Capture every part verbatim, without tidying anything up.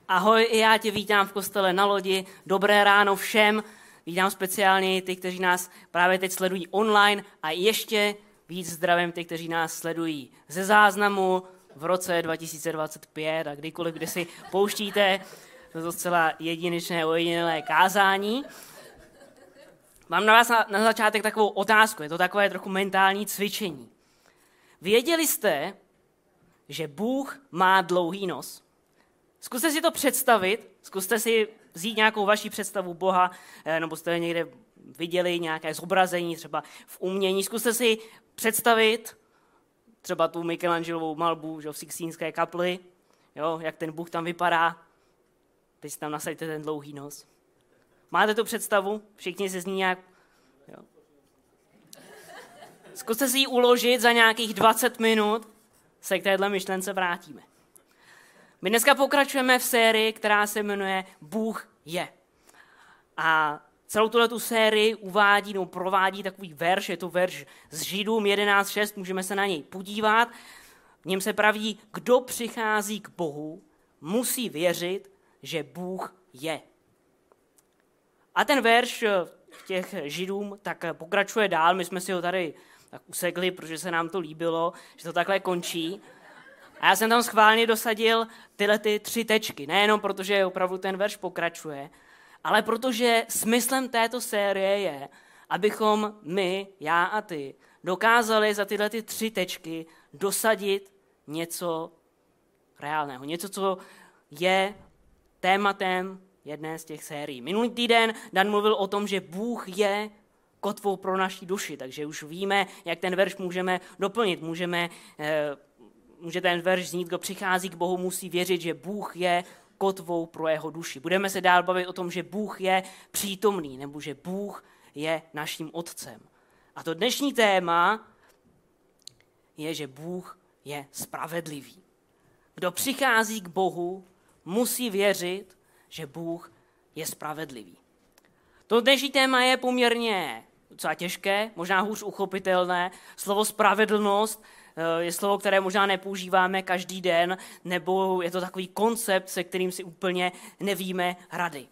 Ahoj, i já tě vítám v kostele Na lodi. Dobré ráno všem. Vítám speciálně ty, kteří nás právě teď sledují online a ještě víc zdravím ty, kteří nás sledují ze záznamu v roce dva tisíce dvacet pět a kdykoliv, kdy si pouštíte to docela jedinečné, ojedinělé kázání. Mám na vás na, na začátek takovou otázku, je to takové trochu mentální cvičení. Věděli jste, že Bůh má dlouhý nos? Zkuste si to představit, zkuste si vzít nějakou vaši představu Boha, nebo jste někde viděli nějaké zobrazení, třeba v umění. Zkuste si představit třeba tu Michelangelovou malbu, že, v Sixtínské kapli, jo, jak ten Bůh tam vypadá. Teď si tam nasaďte ten dlouhý nos. Máte tu představu? Všichni se z ní nějak... Jo. Zkuste si ji uložit, za nějakých dvacet minut se k téhle myšlence vrátíme. My dneska pokračujeme v sérii, která se jmenuje Bůh je. A celou tuhletu sérii uvádí, nebo provádí takový verš, je to verš z Židům jedenáct šest, můžeme se na něj podívat. V něm se praví, kdo přichází k Bohu, musí věřit, že Bůh je. A ten verš v těch Židům tak pokračuje dál, my jsme si ho tady tak usekli, protože se nám to líbilo, že to takhle končí. A já jsem tam schválně dosadil tyhle ty tři tečky, nejenom protože opravdu ten verš pokračuje, ale protože smyslem této série je, abychom my, já a ty, dokázali za tyhle ty tři tečky dosadit něco reálného, něco, co je tématem jedné z těch sérií. Minulý týden Dan mluvil o tom, že Bůh je kotvou pro naši duši, takže už víme, jak ten verš můžeme doplnit. Můžeme, eh, může ten verš znít, kdo přichází k Bohu, musí věřit, že Bůh je kotvou pro jeho duši. Budeme se dál bavit o tom, že Bůh je přítomný, nebo že Bůh je naším otcem. A to dnešní téma je, že Bůh je spravedlivý. Kdo přichází k Bohu, musí věřit, že Bůh je spravedlivý. To dnešní téma je poměrně docela těžké, možná hůř uchopitelné. Slovo spravedlnost je slovo, které možná nepoužíváme každý den, nebo je to takový koncept, se kterým si úplně nevíme rady.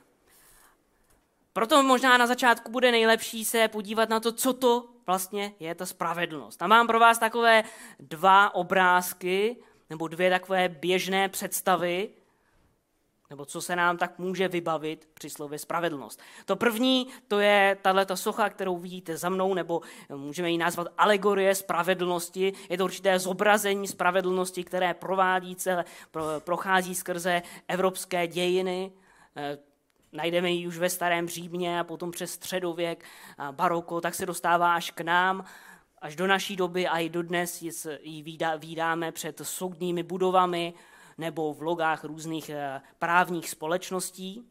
Proto možná na začátku bude nejlepší se podívat na to, co to vlastně je ta spravedlnost. A mám pro vás takové dva obrázky, nebo dvě takové běžné představy, nebo co se nám tak může vybavit při slově spravedlnost. To první, to je tato socha, kterou vidíte za mnou, nebo můžeme ji nazvat alegorie spravedlnosti. Je to určité zobrazení spravedlnosti, které provádí celé, prochází skrze evropské dějiny. Najdeme ji už ve starém Římě a potom přes středověk, baroko, tak se dostává až k nám, až do naší doby a i dodnes ji vídáme před soudními budovami, nebo v logách různých právních společností.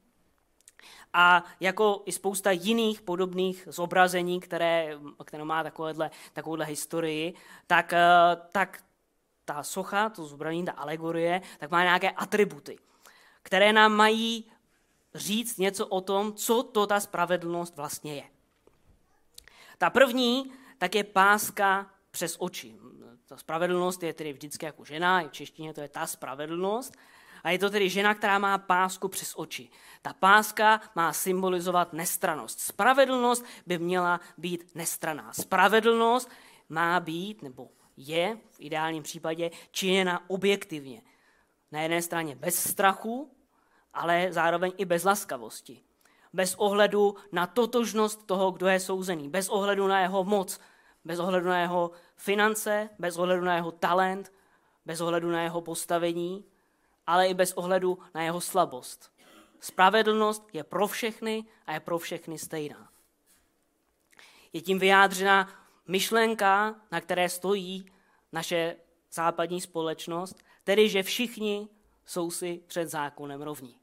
A jako i spousta jiných podobných zobrazení, které, které má takovouhle, takovouhle historii, tak, tak ta socha, to zobrazení, ta alegorie, tak má nějaké atributy, které nám mají říct něco o tom, co to ta spravedlnost vlastně je. Ta první, tak je páska přes oči. Ta spravedlnost je tedy vždycky jako žena, i v češtině to je ta spravedlnost. A je to tedy žena, která má pásku přes oči. Ta páska má symbolizovat nestrannost. Spravedlnost by měla být nestranná. Spravedlnost má být, nebo je v ideálním případě, činěna objektivně. Na jedné straně bez strachu, ale zároveň i bez laskavosti. Bez ohledu na totožnost toho, kdo je souzený. Bez ohledu na jeho moc. Bez ohledu na jeho finance, bez ohledu na jeho talent, bez ohledu na jeho postavení, ale i bez ohledu na jeho slabost. Spravedlnost je pro všechny a je pro všechny stejná. Je tím vyjádřena myšlenka, na které stojí naše západní společnost, tedy že všichni jsou si před zákonem rovní.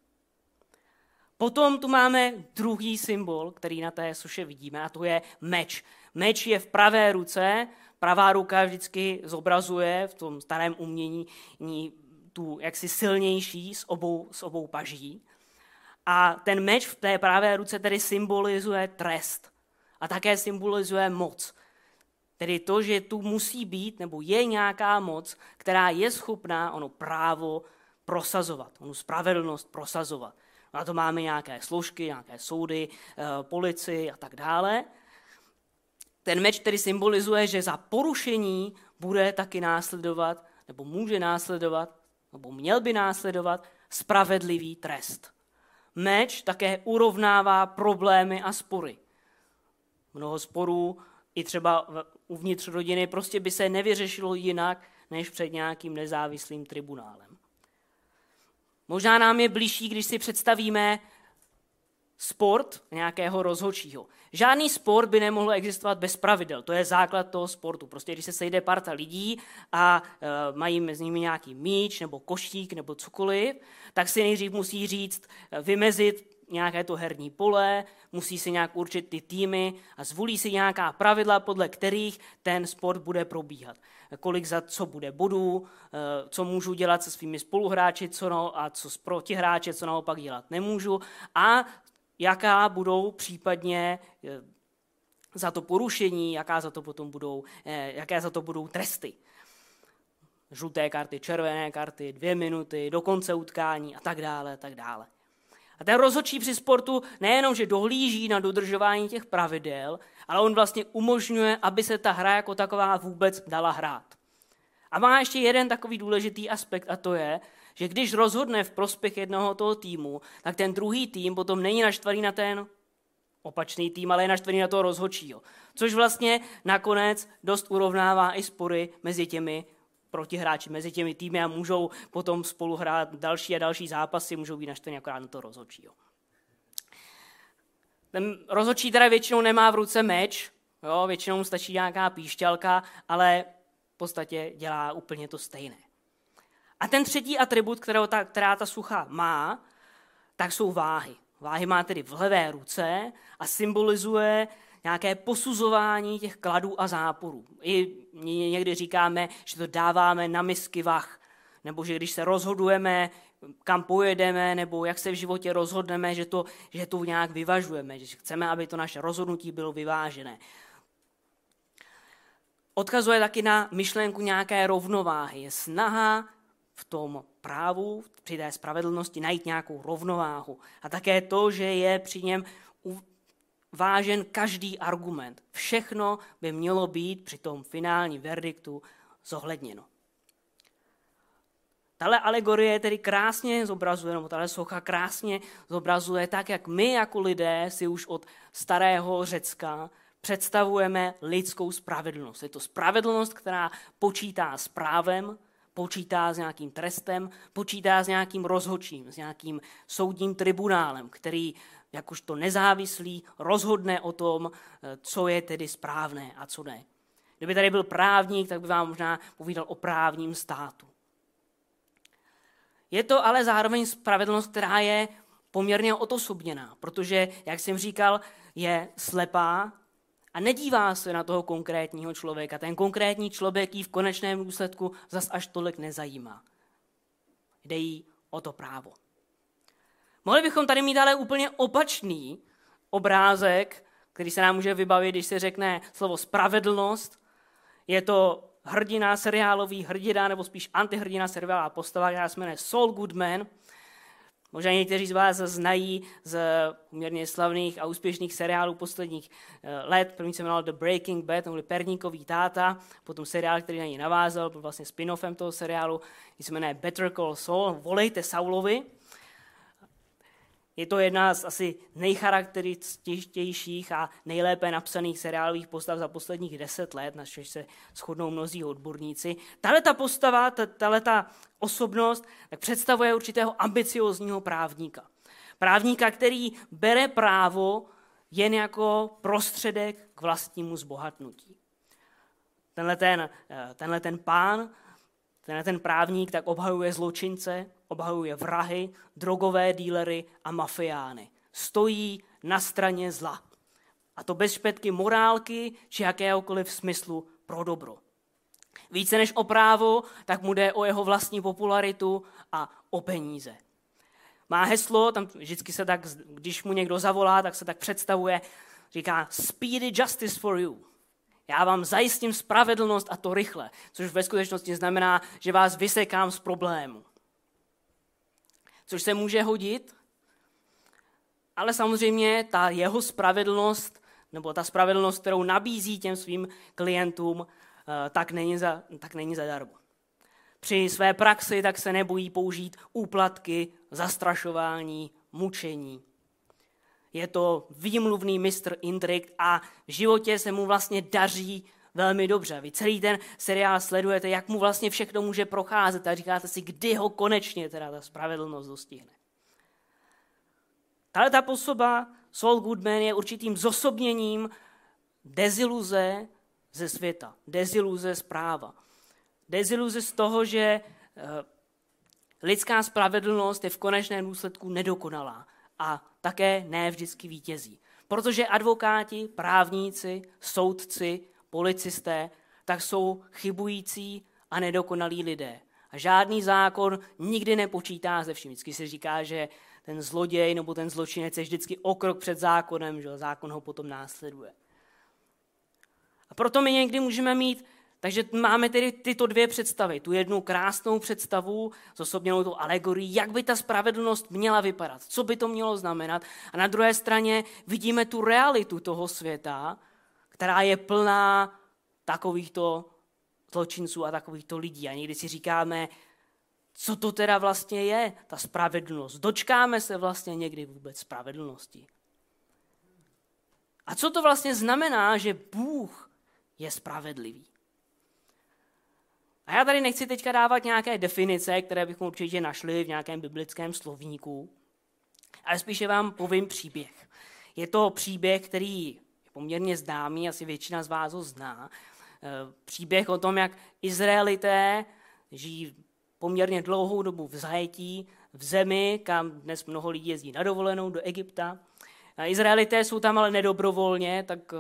Potom tu máme druhý symbol, který na té soše vidíme, a to je meč. Meč je v pravé ruce, pravá ruka vždycky zobrazuje v tom starém umění tu jaksi silnější z obou, z obou paží. A ten meč v té pravé ruce tedy symbolizuje trest a také symbolizuje moc. Tedy to, že tu musí být, nebo je nějaká moc, která je schopná ono právo prosazovat, onu spravedlnost prosazovat. Na to máme nějaké složky, nějaké soudy, policii a tak dále. Ten meč tedy symbolizuje, že za porušení bude taky následovat, nebo může následovat, nebo měl by následovat spravedlivý trest. Meč také urovnává problémy a spory. Mnoho sporů, i třeba uvnitř rodiny, prostě by se nevyřešilo jinak, než před nějakým nezávislým tribunálem. Možná nám je blížší, když si představíme sport nějakého rozhodčího. Žádný sport by nemohl existovat bez pravidel. To je základ toho sportu. Prostě když se sejde parta lidí a e, mají mezi nimi nějaký míč nebo košík nebo cokoliv, tak si nejdřív musí říct, vymezit nějaké to herní pole, musí si nějak určit ty týmy a zvolí si nějaká pravidla, podle kterých ten sport bude probíhat. Kolik za co bude bodů, co můžu dělat se svými spoluhráči co no, a co s protihráči, co naopak dělat nemůžu a jaká budou případně za to porušení, jaká za to potom budou, jaké za to budou tresty. Žluté karty, červené karty, dvě minuty, do konce utkání a tak dále, tak dále. A ten rozhodčí při sportu nejenom, že dohlíží na dodržování těch pravidel, ale on vlastně umožňuje, aby se ta hra jako taková vůbec dala hrát. A má ještě jeden takový důležitý aspekt a to je, že když rozhodne v prospěch jednoho toho týmu, tak ten druhý tým potom není naštvaný na ten opačný tým, ale je naštvaný na toho rozhodčího. Což vlastně nakonec dost urovnává i spory mezi těmi protihráči, mezi těmi týmy a můžou potom spolu hrát další a další zápasy, můžou být naštvaný akorát na toho rozhodčího. Ten rozhodčí teda většinou nemá v ruce meč, jo, většinou mu stačí nějaká píšťalka, ale v podstatě dělá úplně to stejné. A ten třetí atribut, kterou ta, která ta sucha má, tak jsou váhy. Váhy má tedy v levé ruce a symbolizuje nějaké posuzování těch kladů a záporů. I někdy říkáme, že to dáváme na misky vah, nebo že když se rozhodujeme, kam pojedeme, nebo jak se v životě rozhodneme, že to, že to nějak vyvažujeme, že chceme, aby to naše rozhodnutí bylo vyvážené. Odkazuje taky na myšlenku nějaké rovnováhy. Je snaha v tom právu, při té spravedlnosti najít nějakou rovnováhu. A také to, že je při něm vážen každý argument. Všechno by mělo být při tom finálním verdiktu zohledněno. Tahle alegorie tedy krásně zobrazuje, nebo tahle socha krásně zobrazuje tak, jak my jako lidé si už od starého Řecka představujeme lidskou spravedlnost. Je to spravedlnost, která počítá s právem, počítá s nějakým trestem, počítá s nějakým rozhodčím, s nějakým soudním tribunálem, který jakožto nezávislý rozhodne o tom, co je tedy správné a co ne. Kdyby tady byl právník, tak by vám možná povídal o právním státu. Je to ale zároveň spravedlnost, která je poměrně odosobněná, protože, jak jsem říkal, je slepá a nedívá se na toho konkrétního člověka. Ten konkrétní člověk jí v konečném důsledku zas až tolik nezajímá. Jde jí o to právo. Mohli bychom tady mít ale úplně opačný obrázek, který se nám může vybavit, když se řekne slovo spravedlnost. Je to hrdina, seriálový hrdina, nebo spíš antihrdina, seriálová postava, která se jmenuje Saul Goodman. Možná někteří z vás znají z poměrně slavných a úspěšných seriálů posledních let. První se jmenoval The Breaking Bad, to byl Perníkový táta, potom seriál, který na něj navázal, byl vlastně spin-offem toho seriálu, který se jmenuje Better Call Saul, Volejte Saulovi. Je to jedna z asi nejcharakterističtějších a nejlépe napsaných seriálových postav za posledních deset let, na což se shodnou mnozí odborníci. Tahleta postava, tahleta osobnost tak představuje určitého ambiciozního právníka. Právníka, který bere právo jen jako prostředek k vlastnímu zbohatnutí. Tenhle ten, tenhle ten pán, tenhle ten právník tak obhajuje zločince, obhajuje vrahy, drogové dílery a mafiány. Stojí na straně zla. A to bez špetky morálky či jakéhokoliv smyslu pro dobro. Více než o právo, tak mu jde o jeho vlastní popularitu a o peníze. Má heslo, tam vždycky se tak, když mu někdo zavolá, tak se tak představuje, říká Speedy justice for you. Já vám zajistím spravedlnost a to rychle, což ve skutečnosti znamená, že vás vysekám z problému. což se může hodit, ale samozřejmě ta jeho spravedlnost, nebo ta spravedlnost, kterou nabízí těm svým klientům, tak není, za, tak není zadarmo. Při své praxi tak se nebojí použít úplatky, zastrašování, mučení. Je to výmluvný mistr intrik a v životě se mu vlastně daří velmi dobře. Vy celý ten seriál sledujete, jak mu vlastně všechno může procházet a říkáte si, kdy ho konečně teda ta spravedlnost dostihne. Tahle ta osoba, Saul Goodman, je určitým zosobněním deziluze ze světa, deziluze z práva. Deziluze z toho, že lidská spravedlnost je v konečném důsledku nedokonalá a také ne vždycky vítězí. Protože advokáti, právníci, soudci, policisté, tak jsou chybující a nedokonalí lidé. A žádný zákon nikdy nepočítá se vším. Vždycky se říká, že ten zloděj nebo ten zločinec je vždycky o krok před zákonem, že zákon ho potom následuje. A proto my někdy můžeme mít, takže máme tedy tyto dvě představy. Tu jednu krásnou představu, zosobněnou tu alegorii, jak by ta spravedlnost měla vypadat, co by to mělo znamenat. A na druhé straně vidíme tu realitu toho světa, která je plná takovýchto zločinců a takovýchto lidí. A někdy si říkáme, co to teda vlastně je, ta spravedlnost. Dočkáme se vlastně někdy vůbec spravedlnosti. A co to vlastně znamená, že Bůh je spravedlivý? A já tady nechci teďka dávat nějaké definice, které bychom určitě našli v nějakém biblickém slovníku, ale spíše vám povím příběh. Je to příběh, který je poměrně známý, asi většina z vás ho zná. Příběh o tom, jak Izraelité žijí poměrně dlouhou dobu v zajetí, v zemi, kam dnes mnoho lidí jezdí na dovolenou, do Egypta. A Izraelité jsou tam ale nedobrovolně, tak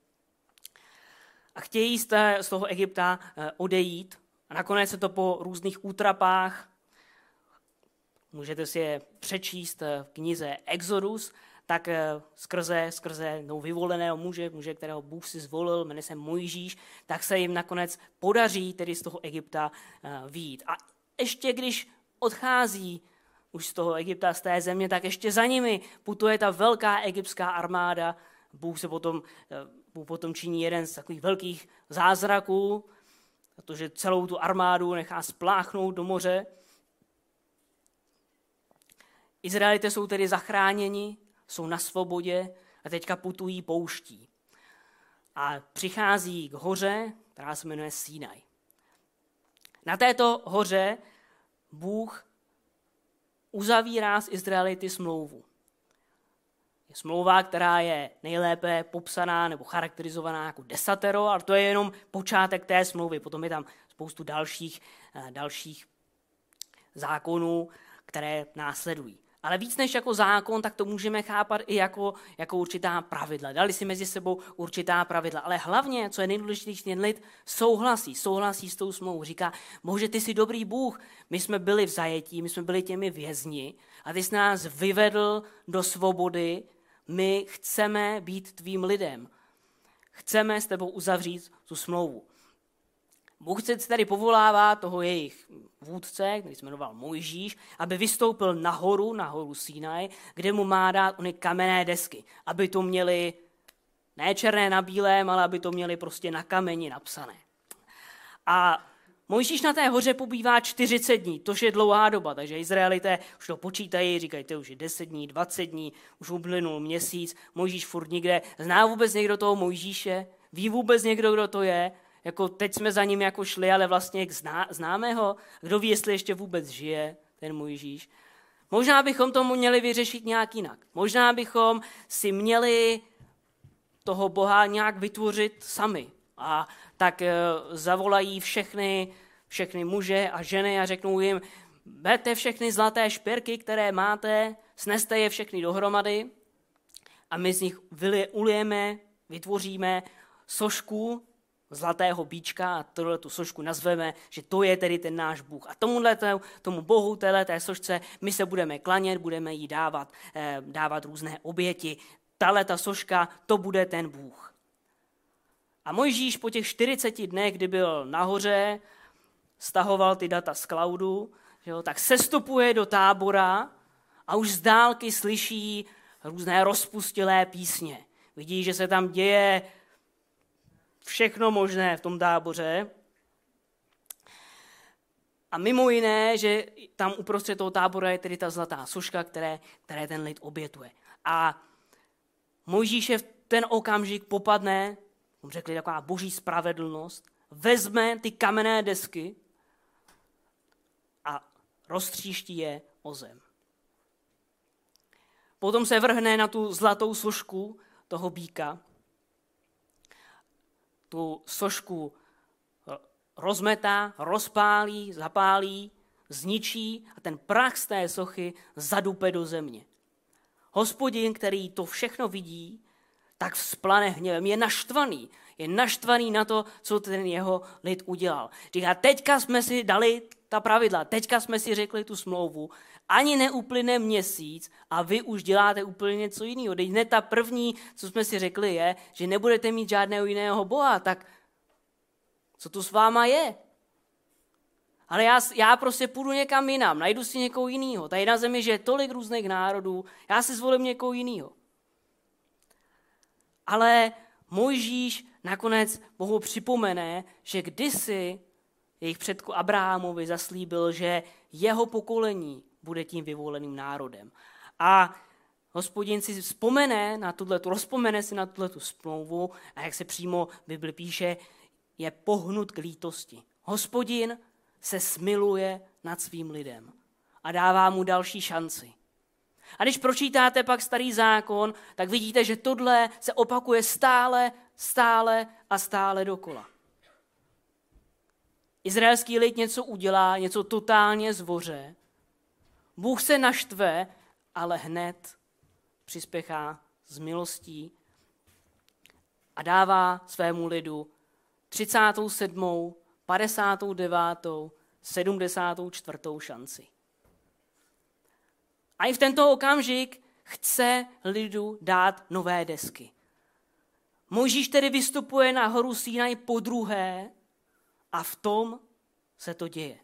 a chtějí z toho Egypta odejít. A nakonec se to po různých útrapách, můžete si je přečíst v knize Exodus, tak skrze, skrze no, vyvoleného muže, muže, kterého Bůh si zvolil, jmenuje se Mojžíš, tak se jim nakonec podaří tedy z toho Egypta vyjít. A ještě když odchází už z toho Egypta, z té země, tak ještě za nimi putuje ta velká egyptská armáda. Bůh se potom, Bůh potom činí jeden z takových velkých zázraků, protože celou tu armádu nechá spláchnout do moře. Izraelité jsou tedy zachráněni, jsou na svobodě a teďka putují pouští. A přichází k hoře, která se jmenuje Sinaj. Na této hoře Bůh uzavírá s Izraelity smlouvu. Je smlouva, která je nejlépe popsaná nebo charakterizovaná jako desatero, ale to je jenom počátek té smlouvy. Potom je tam spoustu dalších, dalších zákonů, které následují. Ale víc než jako zákon, tak to můžeme chápat i jako, jako určitá pravidla. Dali si mezi sebou určitá pravidla. Ale hlavně, co je nejdůležitější, ten lid souhlasí, souhlasí s tou smlouvou. Říká, bože, ty jsi dobrý Bůh, my jsme byli v zajetí, my jsme byli těmi vězni a ty jsi nás vyvedl do svobody, my chceme být tvým lidem. Chceme s tebou uzavřít tu smlouvu. Bůh se tady povolává toho jejich vůdce, který se jmenoval Mojžíš, aby vystoupil nahoru, nahoru Sinaj, kde mu má dát ony kamenné desky, aby to měli ne černé na bílém, ale aby to měli prostě na kameni napsané. A Mojžíš na té hoře pobývá čtyřicet dní, tož je dlouhá doba, takže Izraelité už to počítají, říkají, to už je deset dní, dvacet dní, už uplynul měsíc, Mojžíš furt nikde. Zná vůbec někdo toho Mojžíše? Ví vůbec někdo, kdo to je? Jako teď jsme za ním jako šli, ale vlastně zná, známe ho. Kdo ví, jestli ještě vůbec žije ten Mojžíš. Možná bychom to měli vyřešit nějak jinak. Možná bychom si měli toho Boha nějak vytvořit sami. A tak e, zavolají všechny, všechny muže a ženy a řeknou jim, berte všechny zlaté šperky, které máte, sneste je všechny dohromady a my z nich ulijeme, vytvoříme sošku zlatého bíčka a tohle tu sošku nazveme, že to je tedy ten náš Bůh. A tomuhle, tomu Bohu, téhle sošce, my se budeme klanět, budeme jí dávat, eh, dávat různé oběti. Tahle ta soška, to bude ten Bůh. A Mojžíš po těch čtyřiceti dnech, kdy byl nahoře, stahoval ty data z cloudu, že jo, tak sestupuje do tábora A už z dálky slyší různé rozpustilé písně. Vidí, že se tam děje všechno možné v tom táboře. A mimo jiné, že tam uprostřed toho tábora je tedy ta zlatá soška, které, které ten lid obětuje. A Mojžíše v ten okamžik popadne, řekli taková boží spravedlnost, vezme ty kamenné desky a roztříští je o zem. Potom se vrhne na tu zlatou sošku toho býka, tu sošku rozmetá, rozpálí, zapálí, zničí a ten prach z té sochy zadupe do země. Hospodin, který to všechno vidí, tak vzplane hněvem. Je naštvaný. Je naštvaný na to, co ten jeho lid udělal. Říká, teďka jsme si dali ta pravidla, teďka jsme si řekli tu smlouvu, ani neuplyne měsíc a vy už děláte úplně něco jiného. Teď hned ta první, co jsme si řekli, je, že nebudete mít žádného jiného boha, tak co tu s váma je? Ale já, já prostě půjdu někam jinam, najdu si někoho jiného. Tady na zemi, že je tolik různých národů, já si zvolím někoho jiného. Ale Mojžíš nakonec Bohu připomene, že kdysi jejich předku Abrahamovi zaslíbil, že jeho pokolení bude tím vyvoleným národem. A Hospodin si vzpomene na tuto, rozpomene si na tuto smlouvu a jak se přímo v Bibli píše, je pohnut k lítosti. Hospodin se smiluje nad svým lidem a dává mu další šanci. A když pročítáte pak Starý zákon, tak vidíte, že tohle se opakuje stále, stále a stále dokola. Izraelský lid něco udělá, něco totálně zvoře. Bůh se naštve, ale hned přispěchá z milostí a dává svému lidu třicátou sedmou, padesátou devátou, sedmdesátou čtvrtou šanci. A i v tento okamžik chce lidu dát nové desky. Mojžíš tedy vystupuje na horu Sinaj podruhé a v tom se to děje.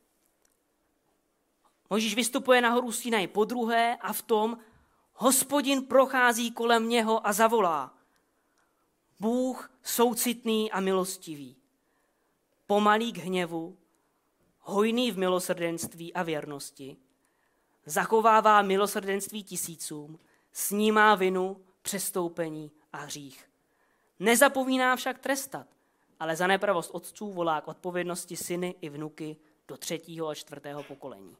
Mojžíš vystupuje na horu Sinaj podruhé a v tom Hospodin prochází kolem něho a zavolá. Bůh soucitný a milostivý, pomalý k hněvu, hojný v milosrdenství a věrnosti, zachovává milosrdenství tisícům, snímá vinu, přestoupení a hřích. Nezapomíná však trestat, ale za nepravost otců volá k odpovědnosti syny i vnuky do třetího a čtvrtého pokolení.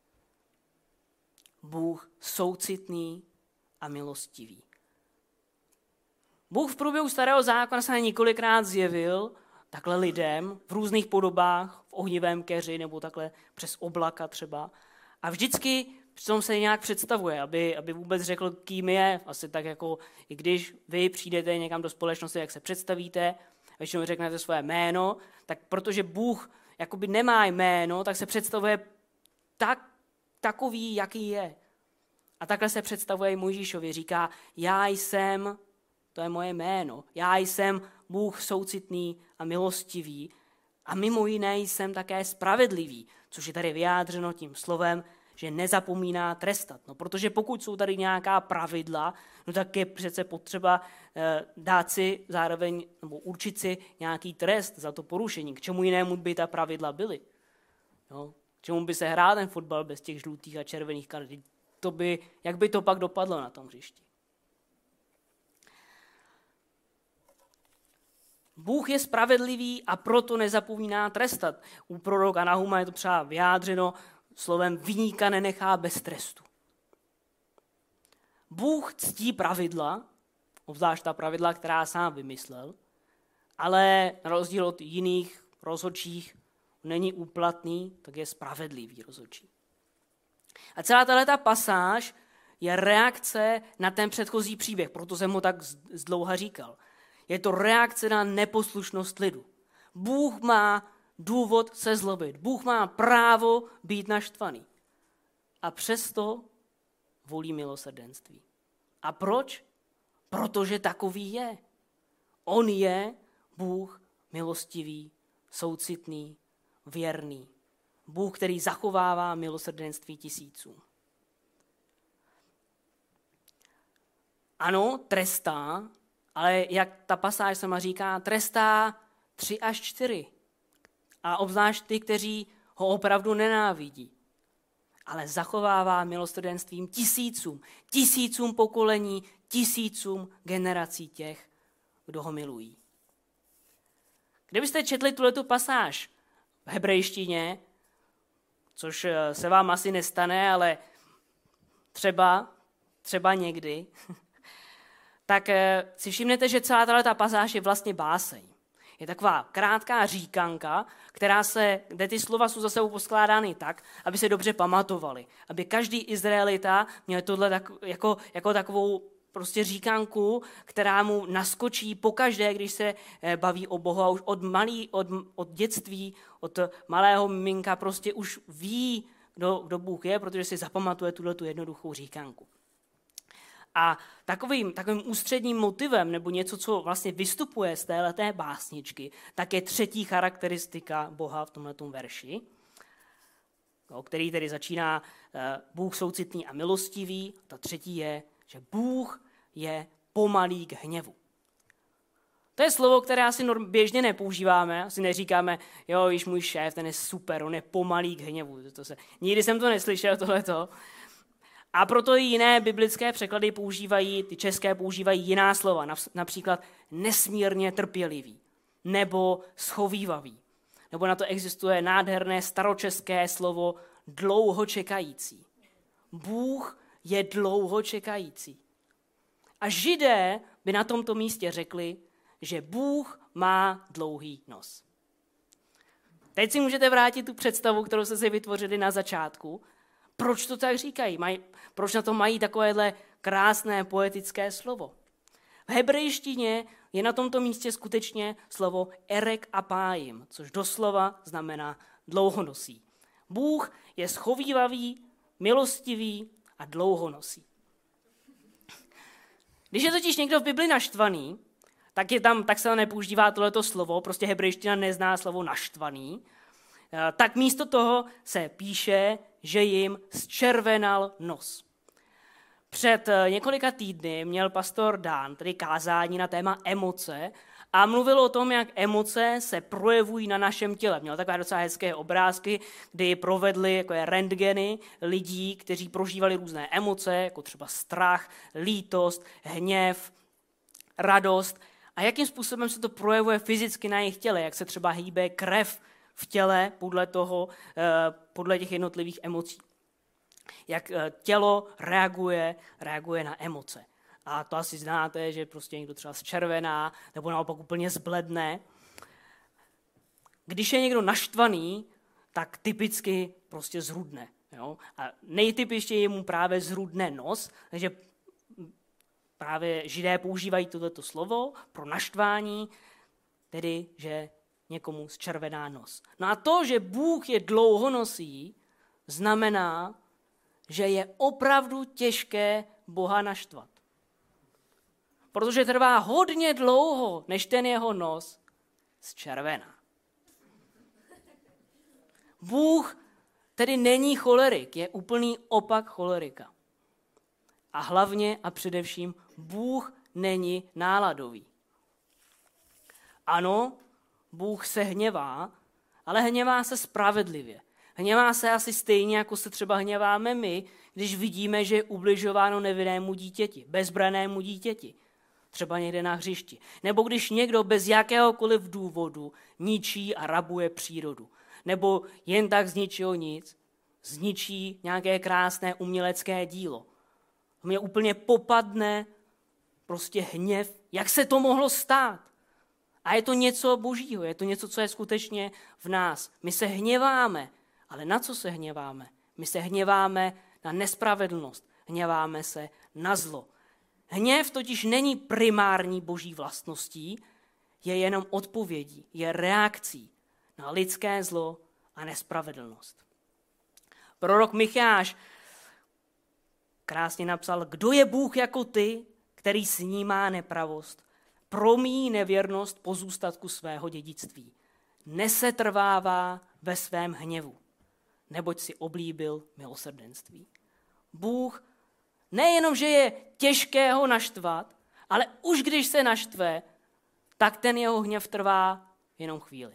Bůh soucitný a milostivý. Bůh v průběhu Starého zákona se několikrát zjevil takhle lidem v různých podobách, v ohnivém keři nebo takhle přes oblaka třeba. A vždycky přitom se nějak představuje, aby, aby vůbec řekl, kým je. Asi tak jako, i když vy přijdete někam do společnosti, jak se představíte, většinou řeknete své jméno, tak protože Bůh jakoby nemá jméno, tak se představuje tak, takový, jaký je. A takhle se představuje i Mojžíšovi. Říká, já jsem, to je moje jméno, já jsem Bůh soucitný a milostivý a mimo jiné jsem také spravedlivý, což je tady vyjádřeno tím slovem, že nezapomíná trestat. No, protože pokud jsou tady nějaká pravidla, no tak je přece potřeba eh, dát si zároveň, nebo určit si nějaký trest za to porušení. K čemu jinému by ta pravidla byly? No, k čemu by se hrál ten fotbal bez těch žlutých a červených karet? To by, jak by to pak dopadlo na tom hřišti? Bůh je spravedlivý a proto nezapomíná trestat. U proroka Nahuma je to třeba vyjádřeno slovem viníka nenechá bez trestu. Bůh ctí pravidla, obzvlášť ta pravidla, která sám vymyslel, ale na rozdíl od jiných rozhodčích není úplatný, tak je spravedlivý rozhodčí. A celá tato pasáž je reakce na ten předchozí příběh, proto jsem ho tak zdlouha říkal. Je to reakce na neposlušnost lidu. Bůh má důvod se zlobit. Bůh má právo být naštvaný. A přesto volí milosrdenství. A proč? Protože takový je. On je Bůh milostivý, soucitný, věrný. Bůh, který zachovává milosrdenství tisícům. Ano, trestá, ale jak ta pasáž sama říká, trestá tři až čtyři. A obzvlášť ty, kteří ho opravdu nenávidí. Ale zachovává milosrdenstvím tisícům, tisícům pokolení, tisícům generací těch, kdo ho milují. Kdybyste četli tuhletu pasáž v hebrejštině, což se vám asi nestane, ale třeba, třeba někdy, tak si všimnete, že celá tato pasáž je vlastně báseň. Je taková krátká říkanka, která se, kde ty slova jsou za sebou poskládány tak, aby se dobře pamatovali. Aby každý Izraelita měl tohle tak, jako, jako takovou prostě říkanku, která mu naskočí pokaždé, když se baví o Bohu. A už od, malý, od, od dětství, od malého miminka prostě už ví, kdo, kdo Bůh je, protože si zapamatuje tuhletu jednoduchou říkanku. A takovým, takovým ústředním motivem, nebo něco, co vlastně vystupuje z téhleté básničky, tak je třetí charakteristika Boha v tomhletom verši, který tedy začíná Bůh soucitný a milostivý. Ta třetí je, že Bůh je pomalý k hněvu. To je slovo, které asi běžně nepoužíváme, asi neříkáme, jo, již můj šéf, ten je super, on je pomalý k hněvu. To se, nikdy jsem to neslyšel, tohleto. A proto i jiné biblické překlady používají, ty české používají jiná slova, například nesmírně trpělivý, nebo schovívavý. Nebo na to existuje nádherné staročeské slovo dlouho čekající. Bůh je dlouho čekající. A Židé by na tomto místě řekli, že Bůh má dlouhý nos. Teď si můžete vrátit tu představu, kterou jste si vytvořili na začátku. Proč to tak říkají? Maj, proč na to mají takovéhle krásné poetické slovo? V hebrejštině je na tomto místě skutečně slovo erek apájim, což doslova znamená dlouhonosý. Bůh je schovívavý, milostivý a dlouhonosý. Když je totiž někdo v Bibli naštvaný, tak, je tam, tak se nepoužívá tohleto slovo, prostě hebrejština nezná slovo naštvaný, tak místo toho se píše, že jim zčervenal nos. Před několika týdny měl pastor Dan tedy kázání na téma emoce a mluvil o tom, jak emoce se projevují na našem těle. Měl takové docela hezké obrázky, kdy provedli jako rentgeny lidí, kteří prožívali různé emoce, jako třeba strach, lítost, hněv, radost a jakým způsobem se to projevuje fyzicky na jejich těle, jak se třeba hýbe krev v těle podle toho, podle těch jednotlivých emocí. Jak tělo reaguje, reaguje na emoce. A to asi znáte, že prostě někdo třeba zčervená, nebo naopak úplně zbledne. Když je někdo naštvaný, tak typicky prostě zhrudne. Jo? A nejtypičtěji mu právě zhrudne nos, takže právě Židé používají toto slovo pro naštvání, tedy, že někomu zčervená nos. No a to, že Bůh je dlouhonosý, znamená, že je opravdu těžké Boha naštvat. Protože trvá hodně dlouho, než ten jeho nos zčervená. Bůh tedy není cholerik, je úplný opak cholerika. A hlavně a především Bůh není náladový. Ano, Bůh se hněvá, ale hněvá se spravedlivě. Hněvá se asi stejně, jako se třeba hněváme my, když vidíme, že je ubližováno nevinnému dítěti, bezbrannému dítěti, třeba někde na hřišti. Nebo když někdo bez jakéhokoliv důvodu ničí a rabuje přírodu. Nebo jen tak z ničeho nic zničí nějaké krásné umělecké dílo. Mě úplně popadne prostě hněv, jak se to mohlo stát. A je to něco božího, je to něco, co je skutečně v nás. My se hněváme, ale na co se hněváme? My se hněváme na nespravedlnost, hněváme se na zlo. Hněv totiž není primární boží vlastností, je jenom odpovědí, je reakcí na lidské zlo a nespravedlnost. Prorok Micháš krásně napsal, kdo je Bůh jako ty, který snímá nepravost, promíjí nevěrnost pozůstatku svého dědictví, nesetrvává ve svém hněvu, neboť si oblíbil milosrdenství. Bůh nejenom, že je těžké ho naštvat, ale už když se naštve, tak ten jeho hněv trvá jenom chvíli.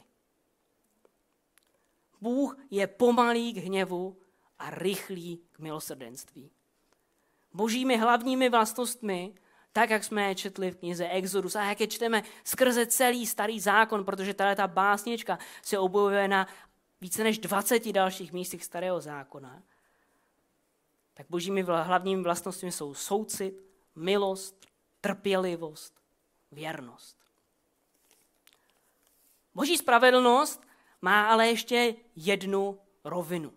Bůh je pomalý k hněvu a rychlý k milosrdenství. Božími hlavními vlastnostmi, tak jak jsme je četli v knize Exodus a jak je čteme skrze celý starý zákon, protože tato básnička se objevuje na více než dvaceti dalších místech starého zákona, tak božími hlavními vlastnostmi jsou soucit, milost, trpělivost, věrnost. Boží spravedlnost má ale ještě jednu rovinu.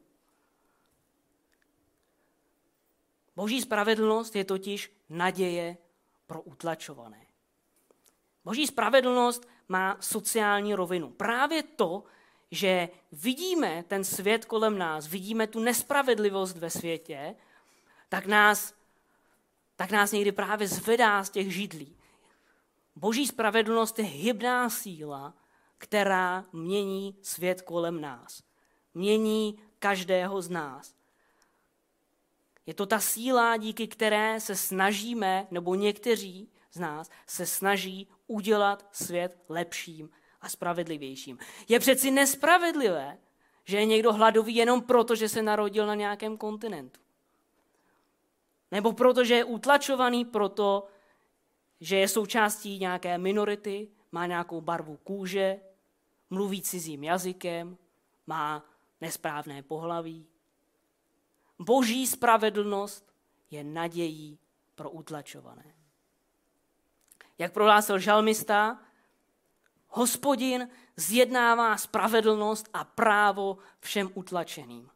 Boží spravedlnost je totiž naděje pro utlačované. Boží spravedlnost má sociální rovinu. Právě to, že vidíme ten svět kolem nás, vidíme tu nespravedlivost ve světě, tak nás, tak nás někdy právě zvedá z těch židlí. Boží spravedlnost je hybná síla, která mění svět kolem nás. Mění každého z nás. Je to ta síla, díky které se snažíme, nebo někteří z nás se snaží udělat svět lepším a spravedlivějším. Je přeci nespravedlivé, že je někdo hladový jenom proto, že se narodil na nějakém kontinentu. Nebo proto, že je utlačovaný proto, že je součástí nějaké minority, má nějakou barvu kůže, mluví cizím jazykem, má nesprávné pohlaví. Boží spravedlnost je nadějí pro utlačované. Jak prohlásil žalmista, Hospodin zjednává spravedlnost a právo všem utlačeným.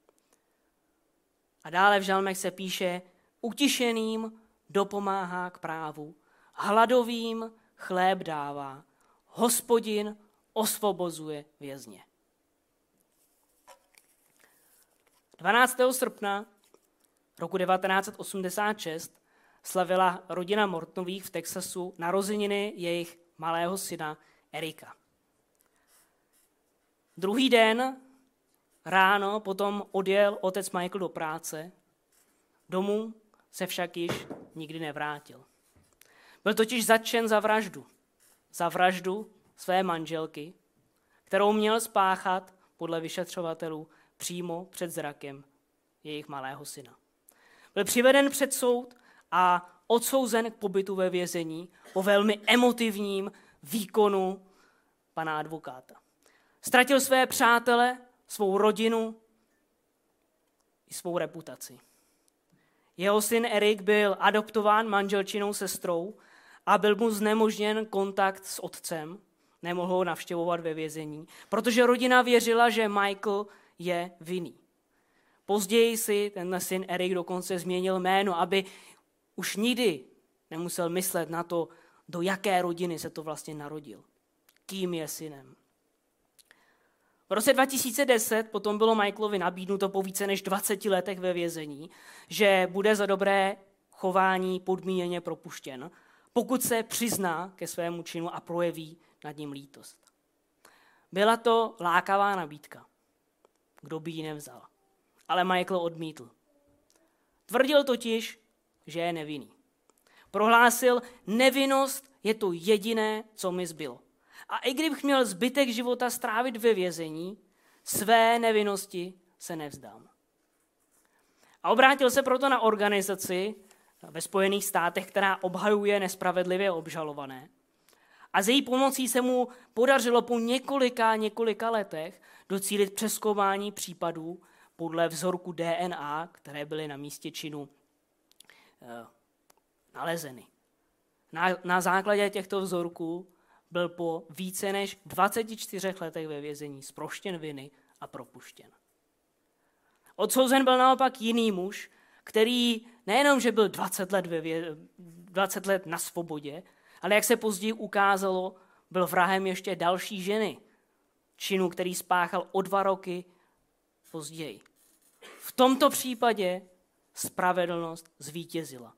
A dále v žalmech se píše, utišeným dopomáhá k právu, hladovým chléb dává, Hospodin osvobozuje vězně. dvanáctého srpna roku devatenáct set osmdesát šest slavila rodina Mortonových v Texasu narozeniny jejich malého syna Erika. Druhý den ráno potom odjel otec Michael do práce, domů se však již nikdy nevrátil. Byl totiž zatčen za vraždu. Za vraždu své manželky, kterou měl spáchat podle vyšetřovatelů přímo před zrakem jejich malého syna. Byl přiveden před soud a odsouzen k pobytu ve vězení po velmi emotivním výkonu pana advokáta. Ztratil své přátele, svou rodinu i svou reputaci. Jeho syn Erik byl adoptován manželčinou sestrou a byl mu znemožněn kontakt s otcem, nemohl ho navštěvovat ve vězení, protože rodina věřila, že Michael je vinný. Později si ten syn Erik dokonce změnil jméno, aby už nikdy nemusel myslet na to, do jaké rodiny se to vlastně narodil. Kým je synem. V roce dva tisíce deset potom bylo Michaelovi nabídnuto po více než dvaceti letech ve vězení, že bude za dobré chování podmíněně propuštěn, pokud se přizná ke svému činu a projeví nad ním lítost. Byla to lákavá nabídka. Kdo by ji nevzal? Ale Michael odmítl. Tvrdil totiž, že je nevinný. Prohlásil, nevinnost je to jediné, co mi zbylo. A i kdybych měl zbytek života strávit ve vězení, své nevinnosti se nevzdám. A obrátil se proto na organizaci ve Spojených státech, která obhajuje nespravedlivě obžalované. A z její pomocí se mu podařilo po několika, několika letech docílit přezkoumání případů podle vzorku D N A, které byly na místě činu e, nalezeny. Na, na základě těchto vzorků byl po více než dvaceti čtyřech letech ve vězení zproštěn viny a propuštěn. Odsouzen byl naopak jiný muž, který nejenom, že byl dvacet let, ve vě, dvacet let na svobodě, ale jak se později ukázalo, byl vrahem ještě další ženy, činu, který spáchal o dva roky později. V tomto případě spravedlnost zvítězila.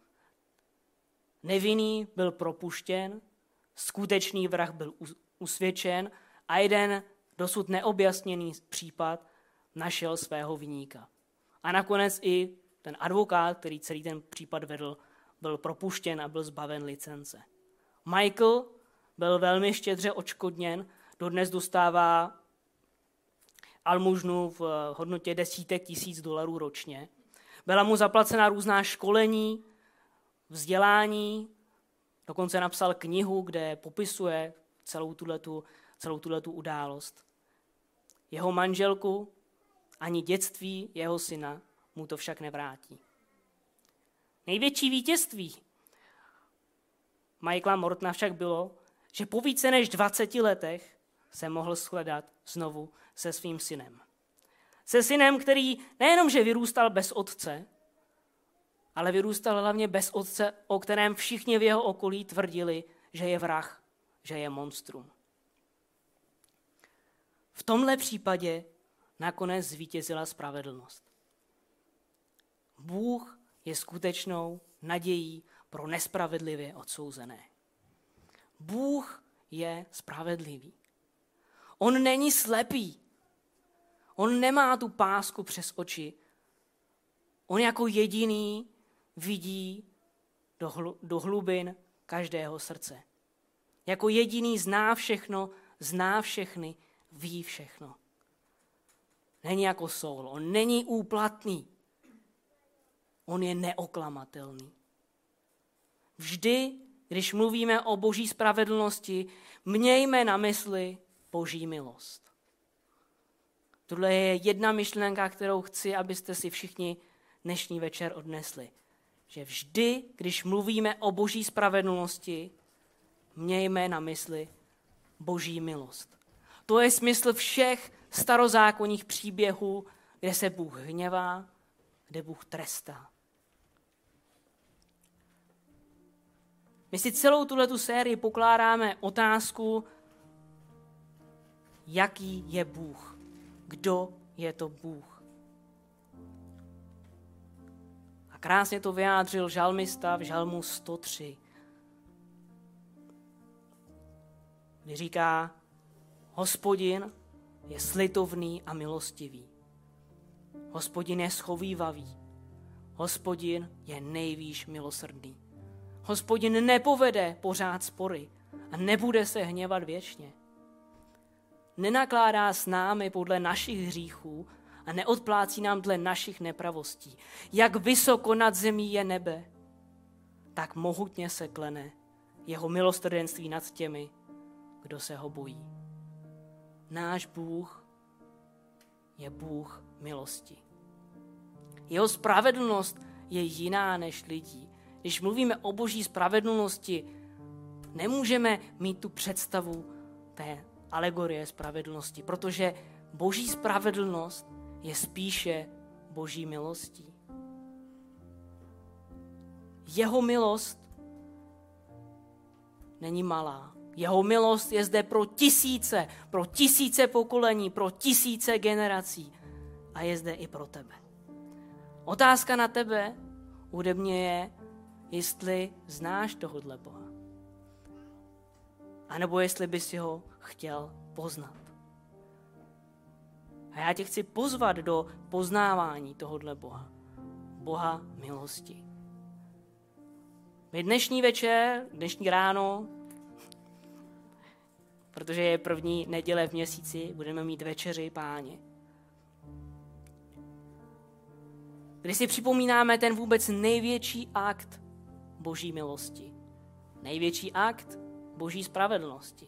Nevinný byl propuštěn, skutečný vrah byl usvědčen a jeden dosud neobjasněný případ našel svého viníka. A nakonec i ten advokát, který celý ten případ vedl, byl propuštěn a byl zbaven licence. Michael byl velmi štědře odškodněn, dodnes dostává almužnu v hodnotě desítek tisíc dolarů ročně. Byla mu zaplacena různá školení, vzdělání, dokonce napsal knihu, kde popisuje celou tuhletu, celou tuhletu událost. Jeho manželku ani dětství jeho syna mu to však nevrátí. Největší vítězství Michaela Mortona však bylo, že po více než dvaceti letech se mohl shledat znovu se svým synem. Se synem, který nejenom, že vyrůstal bez otce, ale vyrůstal hlavně bez otce, o kterém všichni v jeho okolí tvrdili, že je vrah, že je monstrum. V tomhle případě nakonec zvítězila spravedlnost. Bůh je skutečnou nadějí pro nespravedlivě odsouzené. Bůh je spravedlivý. On není slepý. On nemá tu pásku přes oči. On jako jediný vidí do, hlu, do hlubin každého srdce. Jako jediný zná všechno, zná všechny, ví všechno. Není jako Saul, on není úplatný. On je neoklamatelný. Vždy, když mluvíme o boží spravedlnosti, mějme na mysli boží milost. Tohle je jedna myšlenka, kterou chci, abyste si všichni dnešní večer odnesli. Že vždy, když mluvíme o boží spravedlnosti, mějme na mysli boží milost. To je smysl všech starozákonních příběhů, kde se Bůh hněvá, kde Bůh trestá. My si celou tuhletu sérii pokládáme otázku, jaký je Bůh, kdo je to Bůh. A krásně to vyjádřil žalmista v žalmu sto tři. Kdy říká, Hospodin je slitovný a milostivý. Hospodin je schovívavý. Hospodin je nejvýš milosrdný. Hospodin nepovede pořád spory a nebude se hněvat věčně. Nenakládá s námi podle našich hříchů a neodplácí nám dle našich nepravostí. Jak vysoko nad zemí je nebe, tak mohutně se klene jeho milosrdenství nad těmi, kdo se ho bojí. Náš Bůh je Bůh milosti. Jeho spravedlnost je jiná než lidí. Když mluvíme o boží spravedlnosti, nemůžeme mít tu představu té alegorie spravedlnosti, protože boží spravedlnost je spíše boží milostí. Jeho milost není malá. Jeho milost je zde pro tisíce, pro tisíce pokolení, pro tisíce generací a je zde i pro tebe. Otázka na tebe ode mě je, jestli znáš tohodle Boha. A nebo jestli bys si ho chtěl poznat. A já tě chci pozvat do poznávání tohodle Boha. Boha milosti. My dnešní večer, dnešní ráno, protože je první neděle v měsíci, budeme mít večeři Páně. Kdy si připomínáme ten vůbec největší akt boží milosti. Největší akt boží spravedlnosti.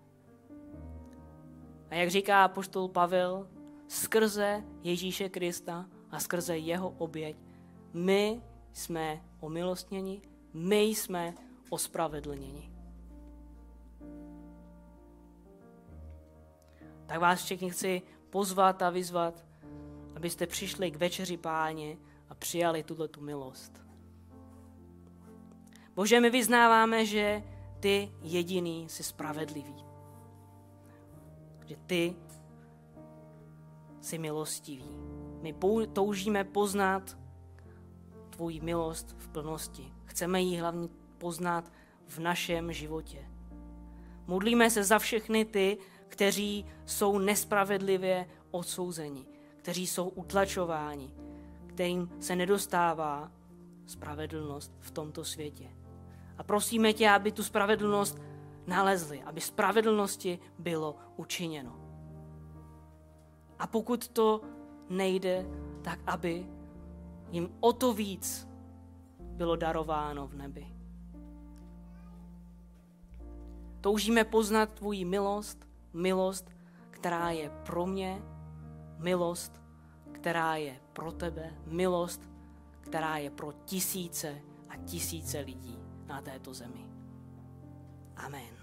A jak říká apoštol Pavel, skrze Ježíše Krista a skrze jeho oběť my jsme omilostněni, my jsme ospravedlněni. Tak vás všechny chci pozvat a vyzvat, abyste přišli k večeři Páně a přijali tuto milost. Bože, my vyznáváme, že ty jediný jsi spravedlivý. Že ty jsi milostivý. My toužíme poznat tvoji milost v plnosti. Chceme ji hlavně poznat v našem životě. Modlíme se za všechny ty, kteří jsou nespravedlivě odsouzeni, kteří jsou utlačováni, kterým se nedostává spravedlnost v tomto světě. A prosíme tě, aby tu spravedlnost nalezli, aby spravedlnosti bylo učiněno. A pokud to nejde, tak aby jim o to víc bylo darováno v nebi. Toužíme poznat tvoji milost, milost, která je pro mě, milost, která je pro tebe, milost, která je pro tisíce a tisíce lidí na této zemi. Amen.